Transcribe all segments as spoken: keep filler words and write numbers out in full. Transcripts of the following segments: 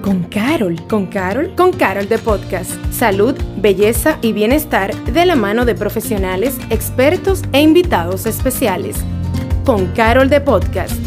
con Carol. ¿Con Carol? Con Carol de Podcast. Salud, belleza y bienestar de la mano de profesionales, expertos e invitados especiales. Con Carol de Podcast.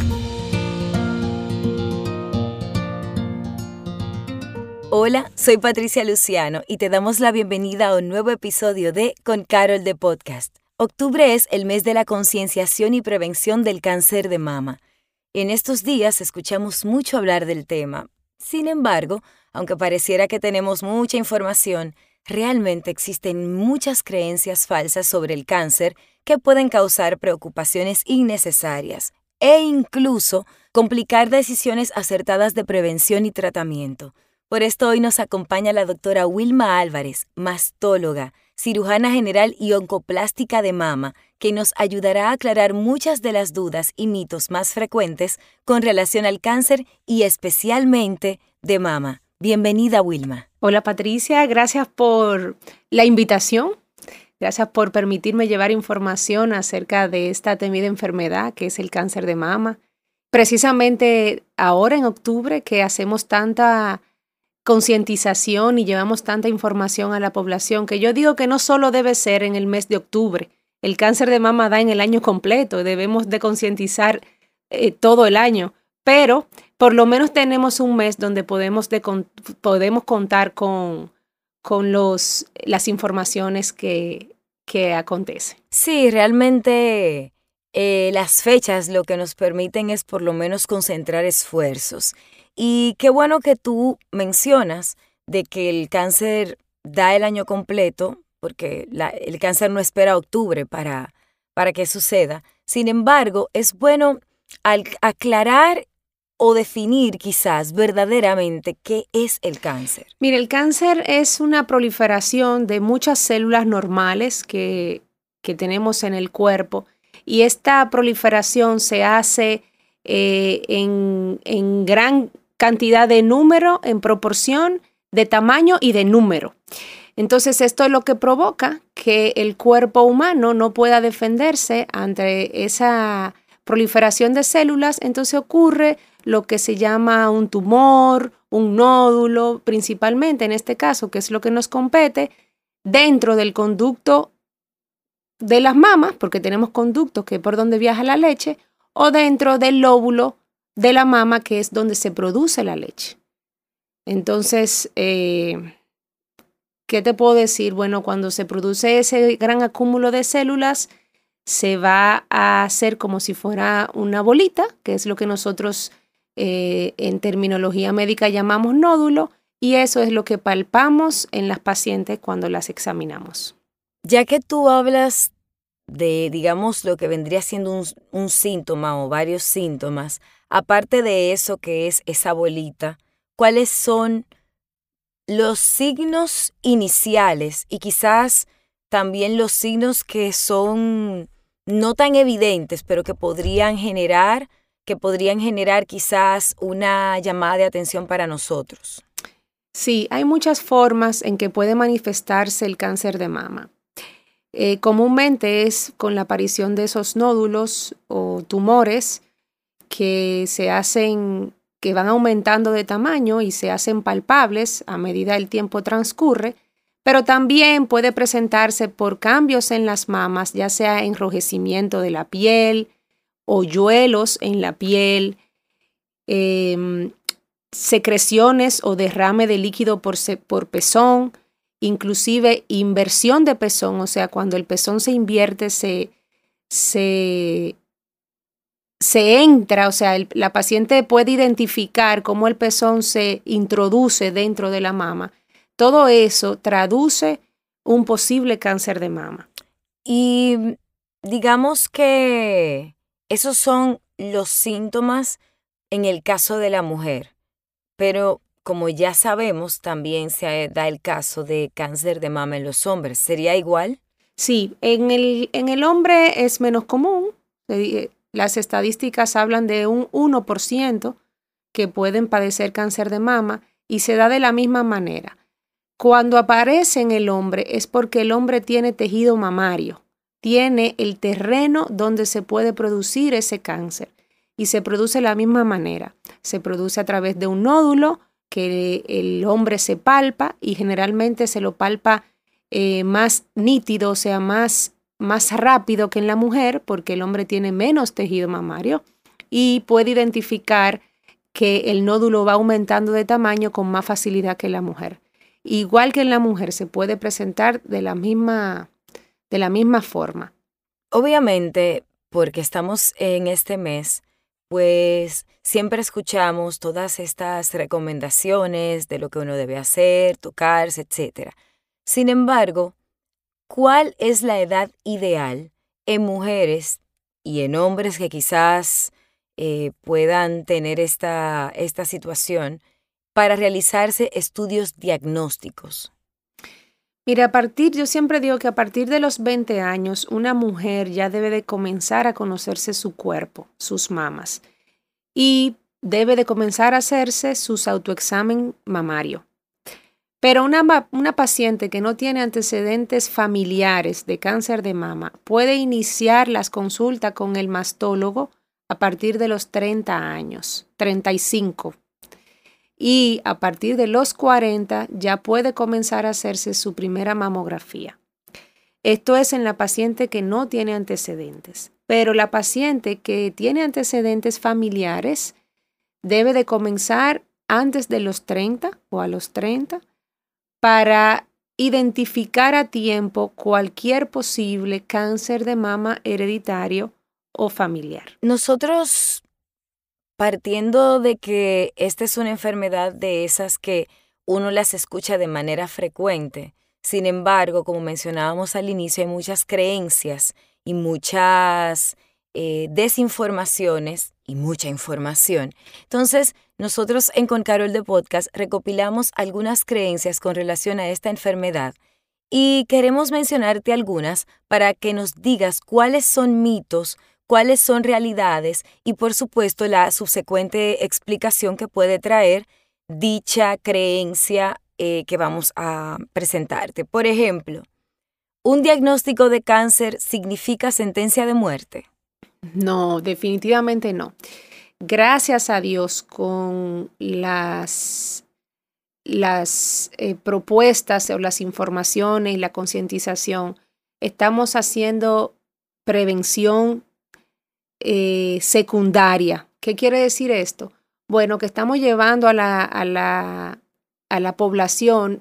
Hola, soy Patricia Luciano y te damos la bienvenida a un nuevo episodio de Con Carol de Podcast. Octubre es el mes de la concienciación y prevención del cáncer de mama. En estos días escuchamos mucho hablar del tema. Sin embargo, aunque pareciera que tenemos mucha información, realmente existen muchas creencias falsas sobre el cáncer que pueden causar preocupaciones innecesarias e incluso complicar decisiones acertadas de prevención y tratamiento. Por esto hoy nos acompaña la doctora Wilma Álvarez, mastóloga, cirujana general y oncoplástica de mama, que nos ayudará a aclarar muchas de las dudas y mitos más frecuentes con relación al cáncer y especialmente de mama. Bienvenida, Wilma. Hola, Patricia. Gracias por la invitación. Gracias por permitirme llevar información acerca de esta temida enfermedad que es el cáncer de mama. Precisamente ahora en octubre que hacemos tanta concientización y llevamos tanta información a la población, que yo digo que no solo debe ser en el mes de octubre. El cáncer de mama da en el año completo, debemos de concientizar eh, todo el año, pero por lo menos tenemos un mes donde podemos, de, con, podemos contar con, con los, las informaciones que, que acontecen. Sí, realmente eh, las fechas lo que nos permiten es por lo menos concentrar esfuerzos. Y qué bueno que tú mencionas de que el cáncer da el año completo, porque la, el cáncer no espera octubre para, para que suceda. Sin embargo, es bueno al aclarar o definir quizás verdaderamente qué es el cáncer. Mire, el cáncer es una proliferación de muchas células normales que, que tenemos en el cuerpo y esta proliferación se hace eh, en, en gran cantidad de número, en proporción de tamaño y de número. Entonces, esto es lo que provoca que el cuerpo humano no pueda defenderse ante esa proliferación de células. Entonces ocurre lo que se llama un tumor, un nódulo, principalmente en este caso, que es lo que nos compete, dentro del conducto de las mamas, porque tenemos conductos que es por donde viaja la leche, o dentro del lóbulo de la mama, que es donde se produce la leche. Entonces, eh, ¿qué te puedo decir? Bueno, cuando se produce ese gran acúmulo de células, se va a hacer como si fuera una bolita, que es lo que nosotros eh, en terminología médica llamamos nódulo, y eso es lo que palpamos en las pacientes cuando las examinamos. Ya que tú hablas de, digamos, lo que vendría siendo un, un síntoma o varios síntomas, aparte de eso que es esa bolita, ¿cuáles son los signos iniciales y quizás también los signos que son no tan evidentes, pero que podrían generar, que podrían generar quizás una llamada de atención para nosotros? Sí, hay muchas formas en que puede manifestarse el cáncer de mama. Eh, comúnmente es con la aparición de esos nódulos o tumores que se hacen, que van aumentando de tamaño y se hacen palpables a medida el tiempo transcurre, pero también puede presentarse por cambios en las mamas, ya sea enrojecimiento de la piel, hoyuelos en la piel, eh, secreciones o derrame de líquido por, por pezón, inclusive inversión de pezón, o sea, cuando el pezón se invierte, se, se, se entra, o sea, el, la paciente puede identificar cómo el pezón se introduce dentro de la mama. Todo eso traduce un posible cáncer de mama. Y digamos que esos son los síntomas en el caso de la mujer, pero como ya sabemos, también se da el caso de cáncer de mama en los hombres. ¿Sería igual? Sí, en el, en el hombre es menos común. Las estadísticas hablan de un uno por ciento que pueden padecer cáncer de mama y se da de la misma manera. Cuando aparece en el hombre es porque el hombre tiene tejido mamario, tiene el terreno donde se puede producir ese cáncer y se produce de la misma manera. Se produce a través de un nódulo que el hombre se palpa y generalmente se lo palpa eh, más nítido, o sea, más, más rápido que en la mujer, porque el hombre tiene menos tejido mamario y puede identificar que el nódulo va aumentando de tamaño con más facilidad que la mujer. Igual que en la mujer se puede presentar de la misma, de la misma forma. Obviamente, porque estamos en este mes, pues siempre escuchamos todas estas recomendaciones de lo que uno debe hacer, tocarse, etcétera. Sin embargo, ¿cuál es la edad ideal en mujeres y en hombres que quizás eh, puedan tener esta, esta situación para realizarse estudios diagnósticos? Mira, a partir, yo siempre digo que a partir de los veinte años, una mujer ya debe de comenzar a conocerse su cuerpo, sus mamas, y debe de comenzar a hacerse sus autoexamen mamario. Pero una, una paciente que no tiene antecedentes familiares de cáncer de mama puede iniciar las consultas con el mastólogo a partir de los treinta años, treinta y cinco. Y a partir de los cuarenta ya puede comenzar a hacerse su primera mamografía. Esto es en la paciente que no tiene antecedentes. Pero la paciente que tiene antecedentes familiares debe de comenzar antes de los treinta o a los treinta para identificar a tiempo cualquier posible cáncer de mama hereditario o familiar. Nosotros, partiendo de que esta es una enfermedad de esas que uno las escucha de manera frecuente, sin embargo, como mencionábamos al inicio, hay muchas creencias y muchas eh, desinformaciones y mucha información. Entonces, nosotros en Con Carol de Podcast recopilamos algunas creencias con relación a esta enfermedad y queremos mencionarte algunas para que nos digas cuáles son mitos, cuáles son realidades y, por supuesto, la subsecuente explicación que puede traer dicha creencia eh, que vamos a presentarte. Por ejemplo, ¿un diagnóstico de cáncer significa sentencia de muerte? No, definitivamente no. Gracias a Dios, con las, las eh, propuestas o las informaciones y la concientización, estamos haciendo prevención Eh, secundaria. ¿Qué quiere decir esto? Bueno, que estamos llevando a la, a la, a la población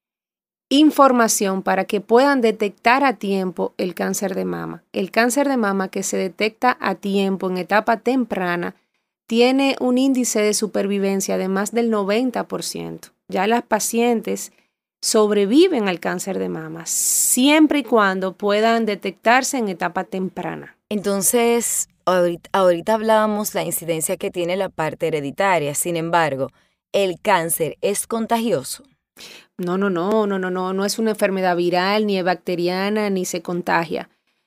información para que puedan detectar a tiempo el cáncer de mama. El cáncer de mama que se detecta a tiempo en etapa temprana tiene un índice de supervivencia de más del noventa por ciento. Ya las pacientes sobreviven al cáncer de mama siempre y cuando puedan detectarse en etapa temprana. Entonces, ahorita, ahorita hablábamos la incidencia que tiene la parte hereditaria. Sin embargo, ¿el cáncer es contagioso? No, no, no, no, no, no, no es una enfermedad viral, ni es bacteriana, ni se contagia.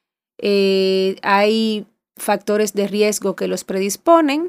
Eh, hay factores de riesgo que los predisponen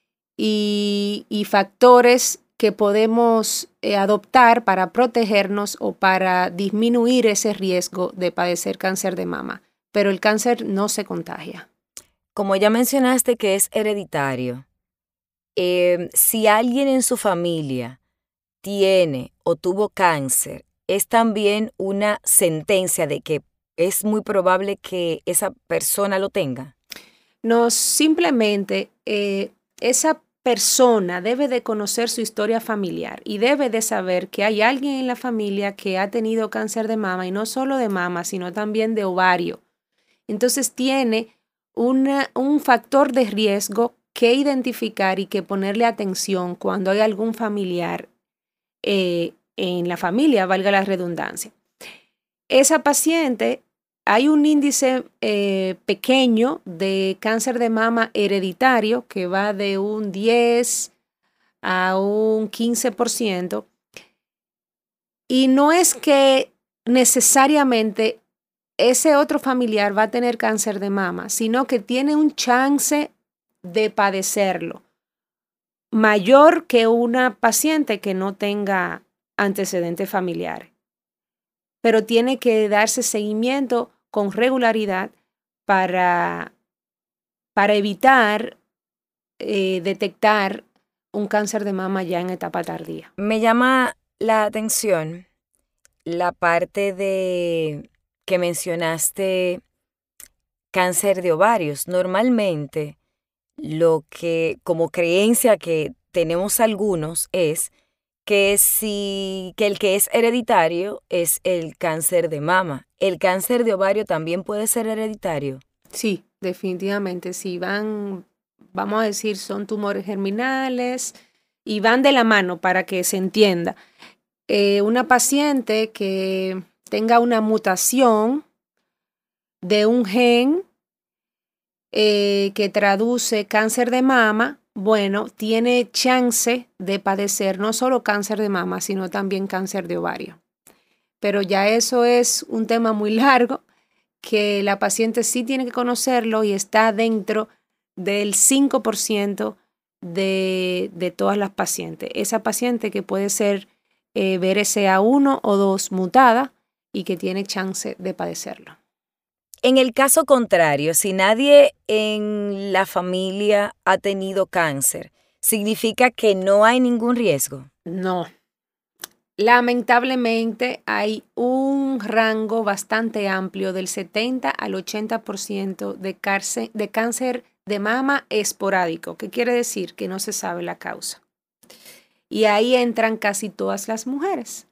y, y factores que podemos eh, adoptar para protegernos o para disminuir ese riesgo de padecer cáncer de mama. Pero el cáncer no se contagia. Como ya mencionaste que es hereditario, eh, si alguien en su familia tiene o tuvo cáncer, ¿es también una sentencia de que es muy probable que esa persona lo tenga? No, simplemente eh, esa persona debe de conocer su historia familiar y debe de saber que hay alguien en la familia que ha tenido cáncer de mama, y no solo de mama, sino también de ovario. Entonces tiene una, un factor de riesgo que identificar y que ponerle atención cuando hay algún familiar eh, en la familia, valga la redundancia. Esa paciente, hay un índice eh, pequeño de cáncer de mama hereditario que va de un diez a un quince por ciento, y no es que necesariamente ese otro familiar va a tener cáncer de mama, sino que tiene un chance de padecerlo mayor que una paciente que no tenga antecedentes familiares. Pero tiene que darse seguimiento con regularidad para, para evitar eh, detectar un cáncer de mama ya en etapa tardía. Me llama la atención la parte de que mencionaste cáncer de ovarios. Normalmente lo que como creencia que tenemos algunos es que si que el que es hereditario es el cáncer de mama. ¿El cáncer de ovario también puede ser hereditario? Sí, definitivamente. Si van, vamos a decir, son tumores germinales y van de la mano para que se entienda. Eh, una paciente que tenga una mutación de un gen eh, que traduce cáncer de mama, bueno, tiene chance de padecer no solo cáncer de mama, sino también cáncer de ovario. Pero ya eso es un tema muy largo que la paciente sí tiene que conocerlo y está dentro del cinco por ciento de, de todas las pacientes. Esa paciente que puede ser eh, B R C A uno o dos mutada y que tiene chance de padecerlo. En el caso contrario, si nadie en la familia ha tenido cáncer, ¿significa que no hay ningún riesgo? No. Lamentablemente hay un rango bastante amplio del setenta al ochenta por ciento de, cárcel, de cáncer de mama esporádico, que quiere decir que no se sabe la causa. Y ahí entran casi todas las mujeres.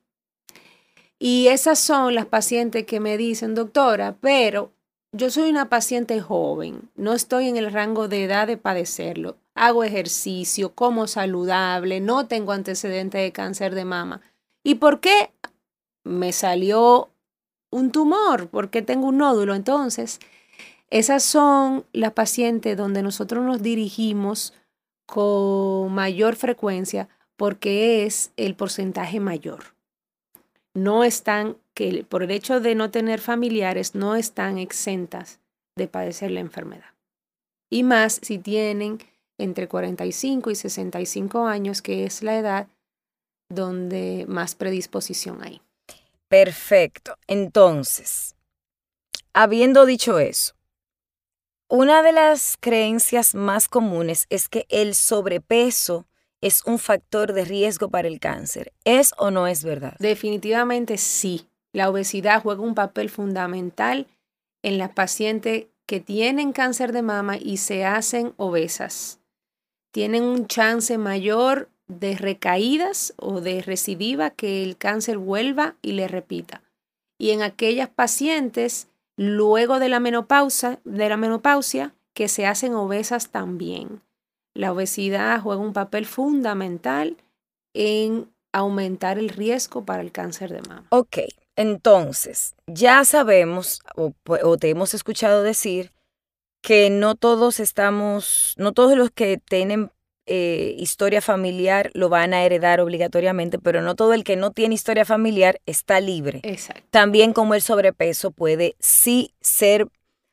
Y esas son las pacientes que me dicen, doctora, pero yo soy una paciente joven, no estoy en el rango de edad de padecerlo, hago ejercicio, como saludable, no tengo antecedentes de cáncer de mama. ¿Y por qué me salió un tumor? ¿Por qué tengo un nódulo? Entonces, esas son las pacientes donde nosotros nos dirigimos con mayor frecuencia porque es el porcentaje mayor. No están, que por el hecho de no tener familiares, no están exentas de padecer la enfermedad. Y más si tienen entre cuarenta y cinco y sesenta y cinco años, que es la edad donde más predisposición hay. Perfecto. Entonces, habiendo dicho eso, una de las creencias más comunes es que el sobrepeso es un factor de riesgo para el cáncer. ¿Es o no es verdad? Definitivamente sí. La obesidad juega un papel fundamental en las pacientes que tienen cáncer de mama y se hacen obesas. Tienen un chance mayor de recaídas o de recidiva, que el cáncer vuelva y le repita. Y en aquellas pacientes luego de la menopausia, de la menopausia que se hacen obesas también. La obesidad juega un papel fundamental en aumentar el riesgo para el cáncer de mama. Ok, entonces ya sabemos o, o te hemos escuchado decir que no todos estamos, no todos los que tienen eh, historia familiar lo van a heredar obligatoriamente, pero no todo el que no tiene historia familiar está libre. Exacto. También como el sobrepeso puede sí ser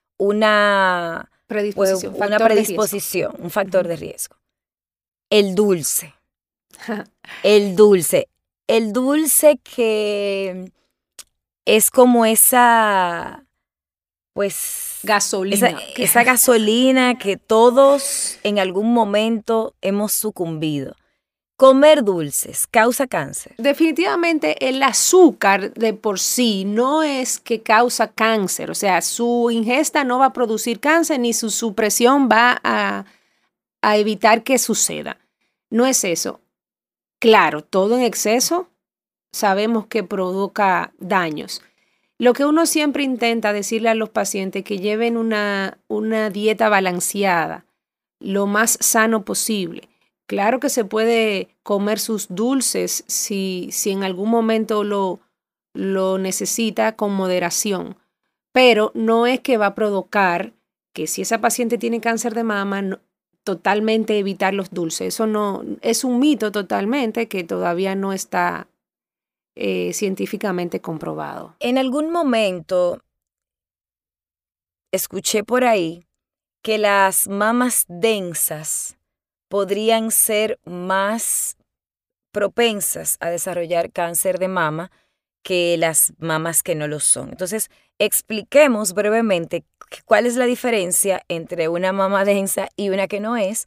una predisposición, pues, una predisposición, un factor uh-huh. de riesgo. El dulce. El dulce. El dulce que es como esa, pues... gasolina. Esa, esa gasolina que todos en algún momento hemos sucumbido. Comer dulces causa cáncer. Definitivamente el azúcar de por sí no es que causa cáncer. O sea, su ingesta no va a producir cáncer ni su supresión va a, a evitar que suceda. No es eso. Claro, todo en exceso sabemos que provoca daños. Lo que uno siempre intenta decirle a los pacientes que lleven una, una dieta balanceada, lo más sano posible. Claro que se puede comer sus dulces si, si en algún momento lo, lo necesita con moderación, pero no es que va a provocar que si esa paciente tiene cáncer de mama, no, totalmente evitar los dulces. Eso no es un mito totalmente que todavía no está eh, científicamente comprobado. En algún momento escuché por ahí que las mamas densas podrían ser más propensas a desarrollar cáncer de mama que las mamas que no lo son. Entonces, expliquemos brevemente cuál es la diferencia entre una mama densa y una que no es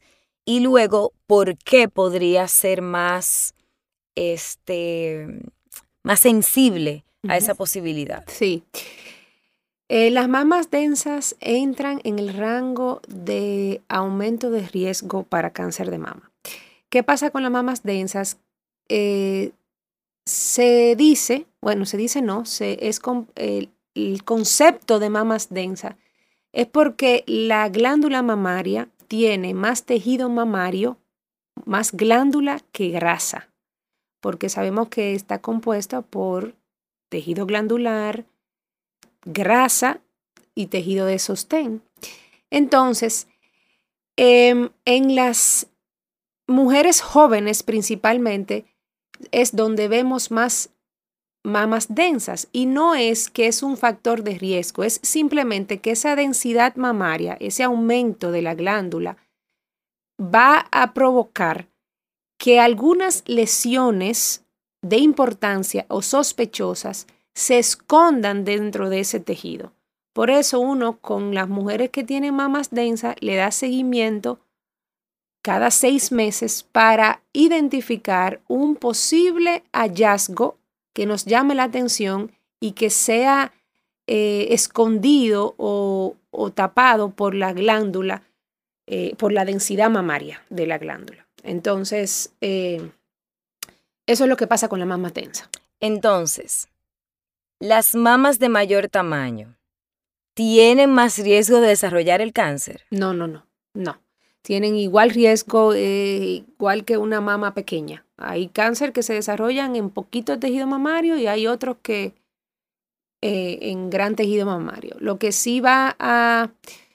Y luego, ¿por qué podría ser más, este, más sensible a esa posibilidad? Sí. Eh, las mamas densas entran en el rango de aumento de riesgo para cáncer de mama. ¿Qué pasa con las mamas densas? Eh, se dice, bueno, se dice no, se, es con, eh, el concepto de mamas densas es porque la glándula mamaria tiene más tejido mamario, más glándula que grasa, porque sabemos que está compuesta por tejido glandular, grasa y tejido de sostén. Entonces, eh, en las mujeres jóvenes principalmente es donde vemos más mamas densas, y no es que es un factor de riesgo, es simplemente que esa densidad mamaria, ese aumento de la glándula va a provocar que algunas lesiones de importancia o sospechosas se escondan dentro de ese tejido. Por eso uno con las mujeres que tienen mamas densas le da seguimiento cada seis meses para identificar un posible hallazgo que nos llame la atención y que sea eh, escondido o, o tapado por la glándula, eh, por la densidad mamaria de la glándula. Entonces, eh, eso es lo que pasa con la mama tensa. Entonces, las mamas de mayor tamaño tienen más riesgo de desarrollar el cáncer. No, no, no, no. Tienen igual riesgo, eh, igual que una mama pequeña. Hay cáncer que se desarrollan en poquito tejido mamario y hay otros que eh, en gran tejido mamario. Lo que sí va a,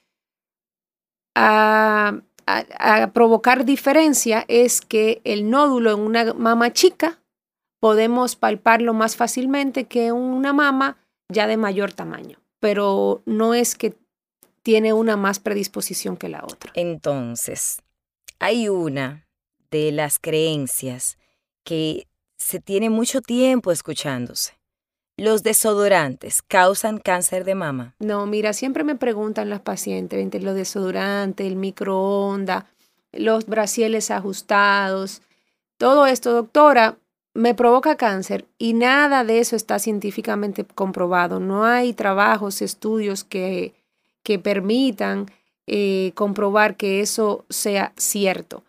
a, a, a provocar diferencia es que el nódulo en una mama chica podemos palparlo más fácilmente que en una mama ya de mayor tamaño, pero no es que tiene una más predisposición que la otra. Entonces, hay una de las creencias que se tiene mucho tiempo escuchándose. ¿Los desodorantes causan cáncer de mama? No, mira, siempre me preguntan las pacientes entre los desodorantes, el microondas, los brasieles ajustados, todo esto, doctora, me provoca cáncer, y nada de eso está científicamente comprobado. No hay trabajos, estudios que, que permitan eh, comprobar que eso sea cierto.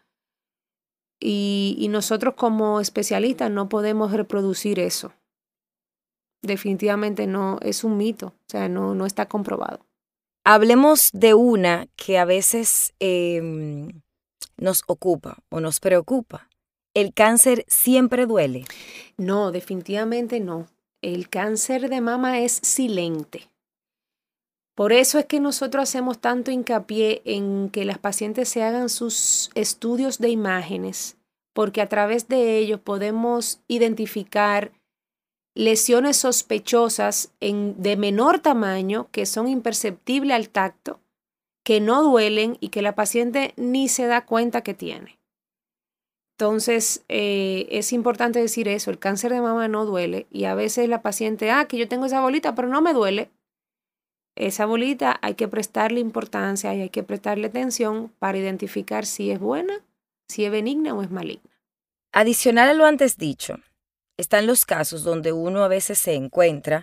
Y, y nosotros como especialistas no podemos reproducir eso. Definitivamente no, es un mito, o sea, no, no está comprobado. Hablemos de una que a veces eh, nos ocupa o nos preocupa. ¿El cáncer siempre duele? No, definitivamente no. El cáncer de mama es silente. Por eso es que nosotros hacemos tanto hincapié en que las pacientes se hagan sus estudios de imágenes, porque a través de ellos podemos identificar lesiones sospechosas en, de menor tamaño, que son imperceptibles al tacto, que no duelen y que la paciente ni se da cuenta que tiene. Entonces, eh, es importante decir eso, el cáncer de mama no duele, y a veces la paciente, ah, que yo tengo esa bolita, pero no me duele. Esa bolita hay que prestarle importancia y hay que prestarle atención para identificar si es buena, si es benigna o es maligna. Adicional a lo antes dicho, están los casos donde uno a veces se encuentra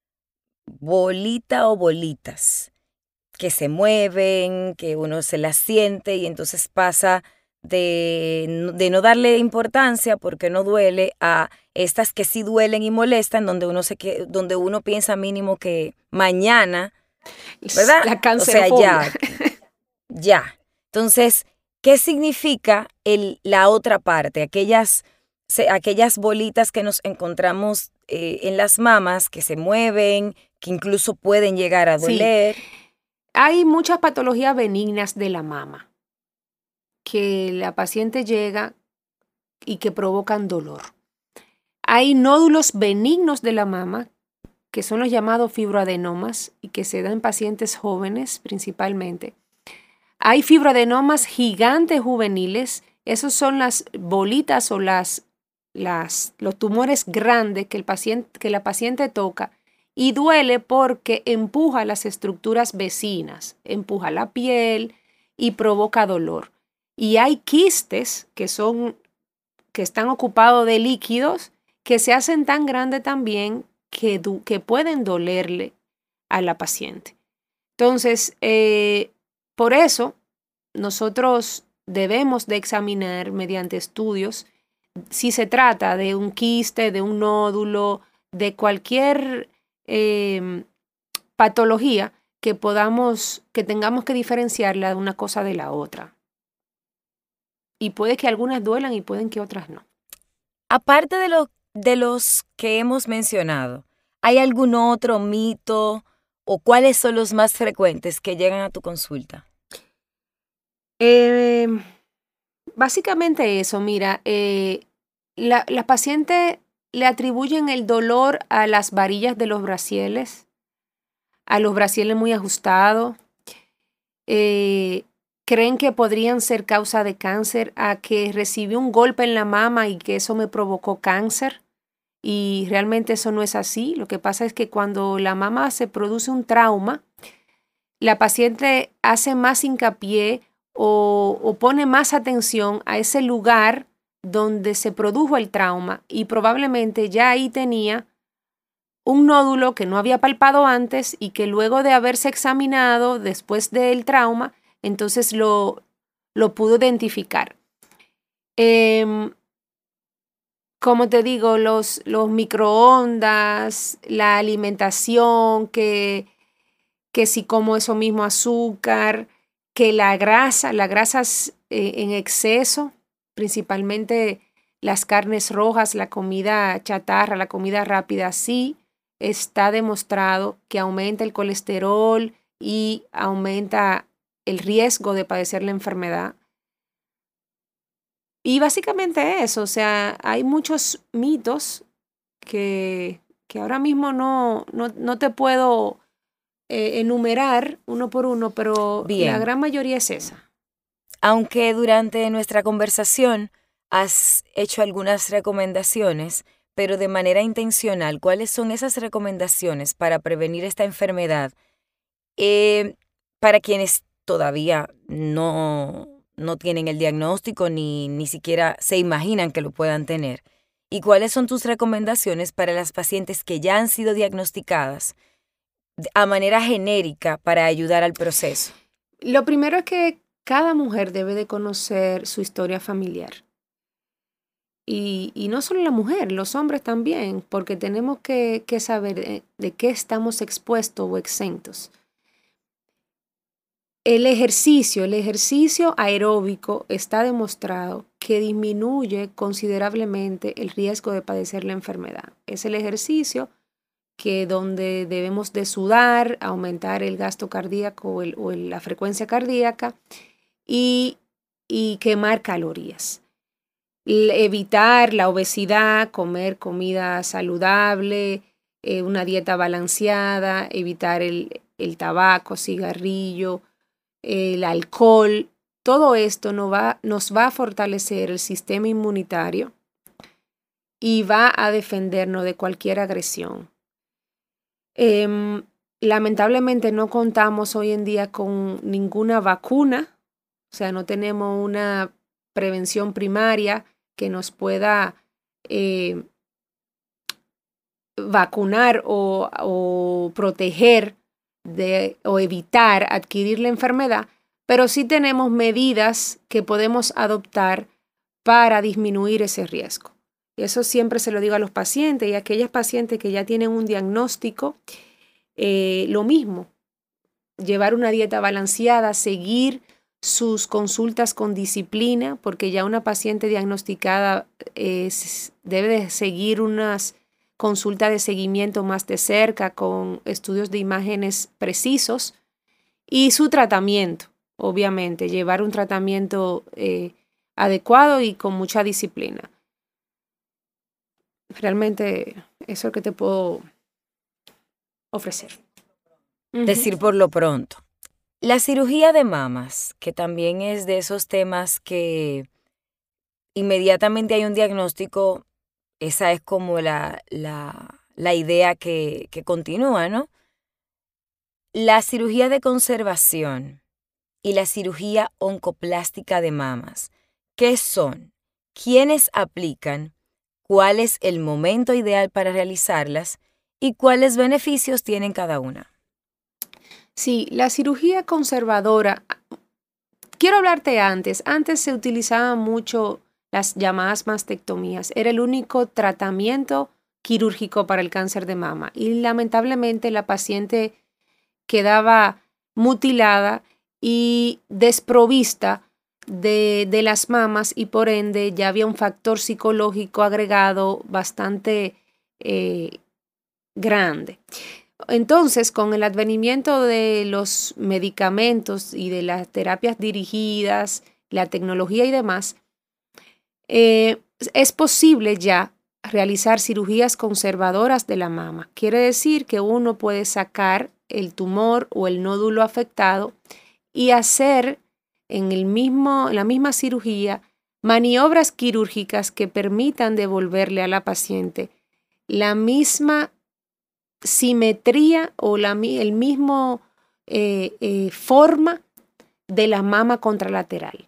bolita o bolitas que se mueven, que uno se las siente y entonces pasa de, de no darle importancia porque no duele a estas que sí duelen y molestan, donde uno, se, donde uno piensa mínimo que mañana, ¿verdad? La cancerofobia. O sea, ya, ya. Entonces, ¿qué significa el, la otra parte? Aquellas... aquellas bolitas que nos encontramos eh, en las mamas, que se mueven, que incluso pueden llegar a doler. Sí. Hay muchas patologías benignas de la mama que la paciente llega y que provocan dolor. Hay nódulos benignos de la mama, que son los llamados fibroadenomas y que se dan en pacientes jóvenes principalmente. Hay fibroadenomas gigantes juveniles, esos son las bolitas o las Las, los tumores grandes que, el paciente, que la paciente toca, y duele porque empuja las estructuras vecinas, empuja la piel y provoca dolor. Y hay quistes que son, que están ocupados de líquidos que se hacen tan grandes también que, que pueden dolerle a la paciente. Entonces, eh, por eso nosotros debemos de examinar mediante estudios si se trata de un quiste, de un nódulo, de cualquier eh, patología que podamos, que tengamos que diferenciarla de una cosa de la otra. Y puede que algunas duelan y pueden que otras no. Aparte de, lo, de los que hemos mencionado, ¿hay algún otro mito o cuáles son los más frecuentes que llegan a tu consulta? Eh, básicamente eso, mira, eh, la, las pacientes le atribuyen el dolor a las varillas de los brasieles, a los brasieles muy ajustados, eh, creen que podrían ser causa de cáncer, a que recibí un golpe en la mama y que eso me provocó cáncer. Y realmente eso no es así. Lo que pasa es que cuando la mama se produce un trauma, la paciente hace más hincapié o, o pone más atención a ese lugar donde se produjo el trauma y probablemente ya ahí tenía un nódulo que no había palpado antes y que luego de haberse examinado después del trauma, entonces lo, lo pudo identificar. Eh, como te digo, los, los microondas, la alimentación, que, que si como eso mismo azúcar, que la grasa, las grasas eh, en exceso, principalmente las carnes rojas, la comida chatarra, la comida rápida, sí está demostrado que aumenta el colesterol y aumenta el riesgo de padecer la enfermedad. Y básicamente eso, o sea, hay muchos mitos que, que ahora mismo no, no, no te puedo eh, enumerar uno por uno, pero Bien. La gran mayoría es esa. Aunque durante nuestra conversación has hecho algunas recomendaciones, pero de manera intencional, ¿cuáles son esas recomendaciones para prevenir esta enfermedad eh, para quienes todavía no... no tienen el diagnóstico ni, ni siquiera se imaginan que lo puedan tener? ¿Y cuáles son tus recomendaciones para las pacientes que ya han sido diagnosticadas a manera genérica para ayudar al proceso? Lo primero es que cada mujer debe de conocer su historia familiar. Y, y no solo la mujer, los hombres también, porque tenemos que, que saber de, de qué estamos expuestos o exentos. El ejercicio, el ejercicio aeróbico está demostrado que disminuye considerablemente el riesgo de padecer la enfermedad. Es el ejercicio que donde debemos de sudar, aumentar el gasto cardíaco o, el, o el, la frecuencia cardíaca y, y quemar calorías. Evitar la obesidad, comer comida saludable, eh, una dieta balanceada, evitar el, el tabaco, cigarrillo, el alcohol. Todo esto nos va, nos va a fortalecer el sistema inmunitario y va a defendernos de cualquier agresión. Eh, lamentablemente no contamos hoy en día con ninguna vacuna, o sea, no tenemos una prevención primaria que nos pueda eh, vacunar o, o proteger de, o evitar adquirir la enfermedad, pero sí tenemos medidas que podemos adoptar para disminuir ese riesgo. Eso siempre se lo digo a los pacientes y a aquellas pacientes que ya tienen un diagnóstico, eh, lo mismo, llevar una dieta balanceada, seguir sus consultas con disciplina, porque ya una paciente diagnosticada eh, debe de seguir unas consultas de seguimiento más de cerca con estudios de imágenes precisos y su tratamiento, obviamente, llevar un tratamiento eh, adecuado y con mucha disciplina. Realmente eso es lo que te puedo ofrecer. Decir por lo pronto. La cirugía de mamas, que también es de esos temas que inmediatamente hay un diagnóstico, esa es como la, la, la idea que, que continúa, ¿no? La cirugía de conservación, y la cirugía oncoplástica de mamas. ¿Qué son? ¿Quiénes aplican? ¿Cuál es el momento ideal para realizarlas? ¿Y cuáles beneficios tienen cada una? Sí, la cirugía conservadora, quiero hablarte antes, antes se utilizaban mucho las llamadas mastectomías, era el único tratamiento quirúrgico para el cáncer de mama y lamentablemente la paciente quedaba mutilada y desprovista de, de las mamas y por ende ya había un factor psicológico agregado bastante eh, grande. Entonces, con el advenimiento de los medicamentos y de las terapias dirigidas, la tecnología y demás, eh, es posible ya realizar cirugías conservadoras de la mama. Quiere decir que uno puede sacar el tumor o el nódulo afectado y hacer en, el mismo, en la misma cirugía maniobras quirúrgicas que permitan devolverle a la paciente la misma simetría o la, el mismo eh, eh, forma de la mama contralateral,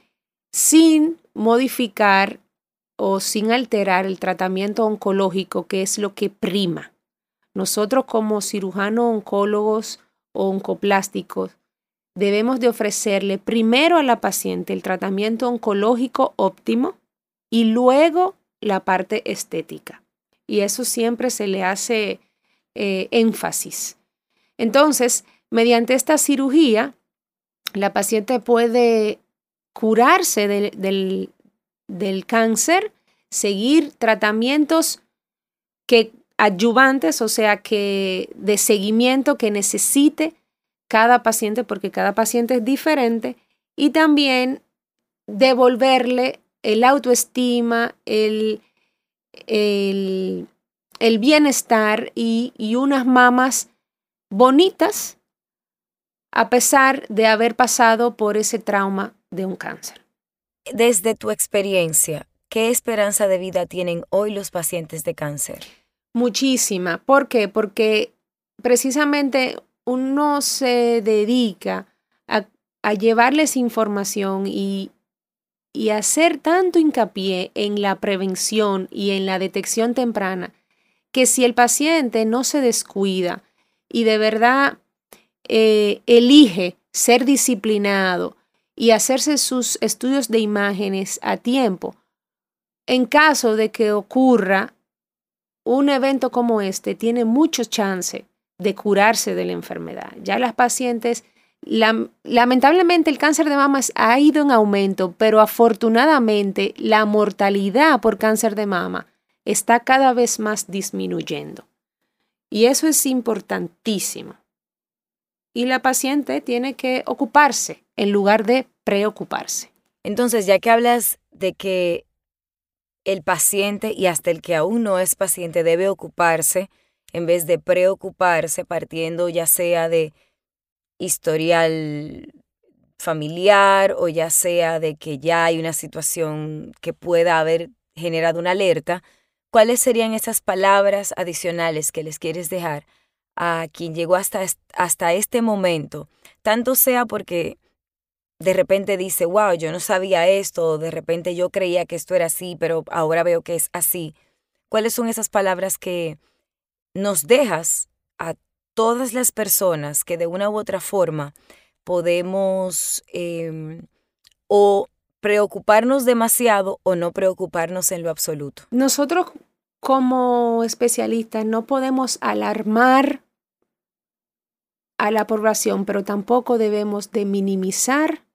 sin modificar o sin alterar el tratamiento oncológico, que es lo que prima. Nosotros como cirujanos oncólogos o oncoplásticos debemos de ofrecerle primero a la paciente el tratamiento oncológico óptimo y luego la parte estética. Y eso siempre se le hace eh, énfasis. Entonces, mediante esta cirugía, la paciente puede curarse de, del, del cáncer, seguir tratamientos que adyuvantes, o sea, que de seguimiento que necesite cada paciente, porque cada paciente es diferente, y también devolverle el autoestima, el, el, el bienestar y, y unas mamas bonitas a pesar de haber pasado por ese trauma de un cáncer. Desde tu experiencia, ¿qué esperanza de vida tienen hoy los pacientes de cáncer? Muchísima. ¿Por qué? Porque precisamente uno se dedica a, a llevarles información y, y hacer tanto hincapié en la prevención y en la detección temprana, que si el paciente no se descuida y de verdad eh, elige ser disciplinado y hacerse sus estudios de imágenes a tiempo, en caso de que ocurra un evento como este, tiene muchos chances de curarse de la enfermedad. Ya las pacientes, la, lamentablemente el cáncer de mama ha ido en aumento, pero afortunadamente la mortalidad por cáncer de mama está cada vez más disminuyendo. Y eso es importantísimo. Y la paciente tiene que ocuparse en lugar de preocuparse. Entonces, ya que hablas de que el paciente y hasta el que aún no es paciente debe ocuparse en vez de preocuparse, partiendo ya sea de historial familiar o ya sea de que ya hay una situación que pueda haber generado una alerta, ¿cuáles serían esas palabras adicionales que les quieres dejar a quien llegó hasta, hasta este momento? Tanto sea porque de repente dice, wow, yo no sabía esto, o de repente yo creía que esto era así, pero ahora veo que es así. ¿Cuáles son esas palabras que nos dejas a todas las personas que de una u otra forma podemos eh, o preocuparnos demasiado o no preocuparnos en lo absoluto? Nosotros como especialistas no podemos alarmar a la población, pero tampoco debemos de minimizar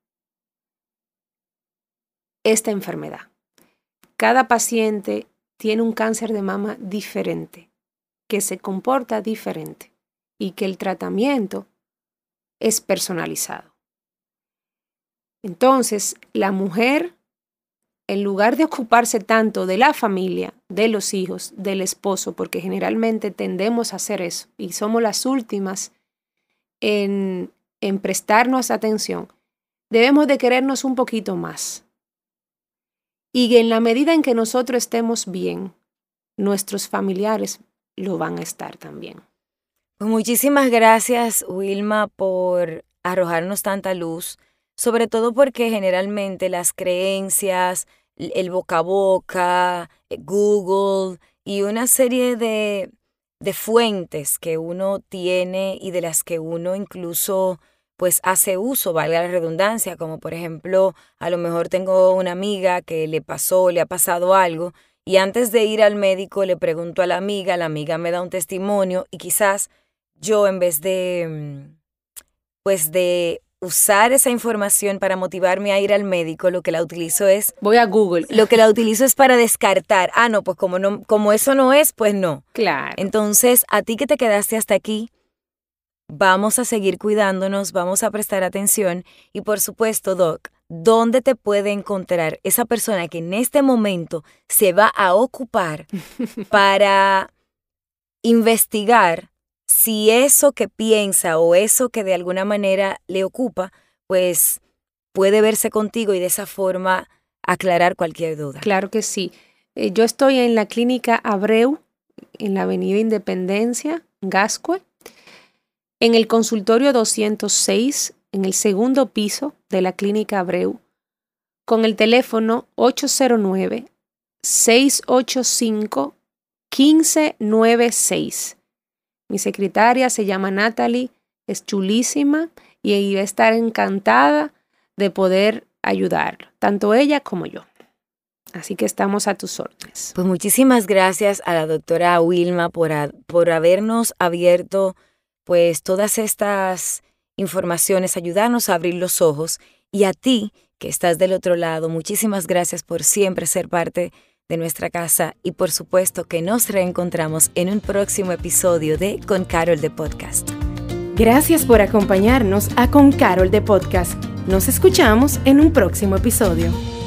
esta enfermedad. Cada paciente tiene un cáncer de mama diferente, que se comporta diferente y que el tratamiento es personalizado. Entonces, la mujer, en lugar de ocuparse tanto de la familia, de los hijos, del esposo, porque generalmente tendemos a hacer eso y somos las últimas en, en prestarnos atención, debemos de querernos un poquito más. Y en la medida en que nosotros estemos bien, nuestros familiares lo van a estar también. Pues muchísimas gracias, Wilma, por arrojarnos tanta luz sobre todo porque generalmente las creencias, el boca a boca, Google y una serie de, de fuentes que uno tiene y de las que uno incluso pues hace uso, valga la redundancia, como por ejemplo, a lo mejor tengo una amiga que le pasó, le ha pasado algo, y antes de ir al médico le pregunto a la amiga, la amiga me da un testimonio y quizás yo en vez de, pues de usar esa información para motivarme a ir al médico, lo que la utilizo es... Voy a Google. Lo que la utilizo es para descartar. Ah, no, pues como, no, como eso no es, pues no. Claro. Entonces, a ti que te quedaste hasta aquí, vamos a seguir cuidándonos, vamos a prestar atención y por supuesto, Doc, ¿dónde te puede encontrar esa persona que en este momento se va a ocupar para investigar si eso que piensa o eso que de alguna manera le ocupa, pues puede verse contigo y de esa forma aclarar cualquier duda? Claro que sí. Eh, yo estoy en la clínica Abreu, en la avenida Independencia, Gascue, en el consultorio doscientos seis, en el segundo piso de la clínica Abreu, con el teléfono ocho cero nueve, seis ocho cinco, uno cinco nueve seis. Mi secretaria se llama Natalie, es chulísima y va a estar encantada de poder ayudarlo, tanto ella como yo. Así que estamos a tus órdenes. Pues muchísimas gracias a la doctora Wilma por, a, por habernos abierto pues todas estas informaciones, ayudarnos a abrir los ojos, y a ti que estás del otro lado, muchísimas gracias por siempre ser parte de nuestra casa y por supuesto que nos reencontramos en un próximo episodio de Con Carol de Podcast. Gracias por acompañarnos a Con Carol de Podcast. Nos escuchamos en un próximo episodio.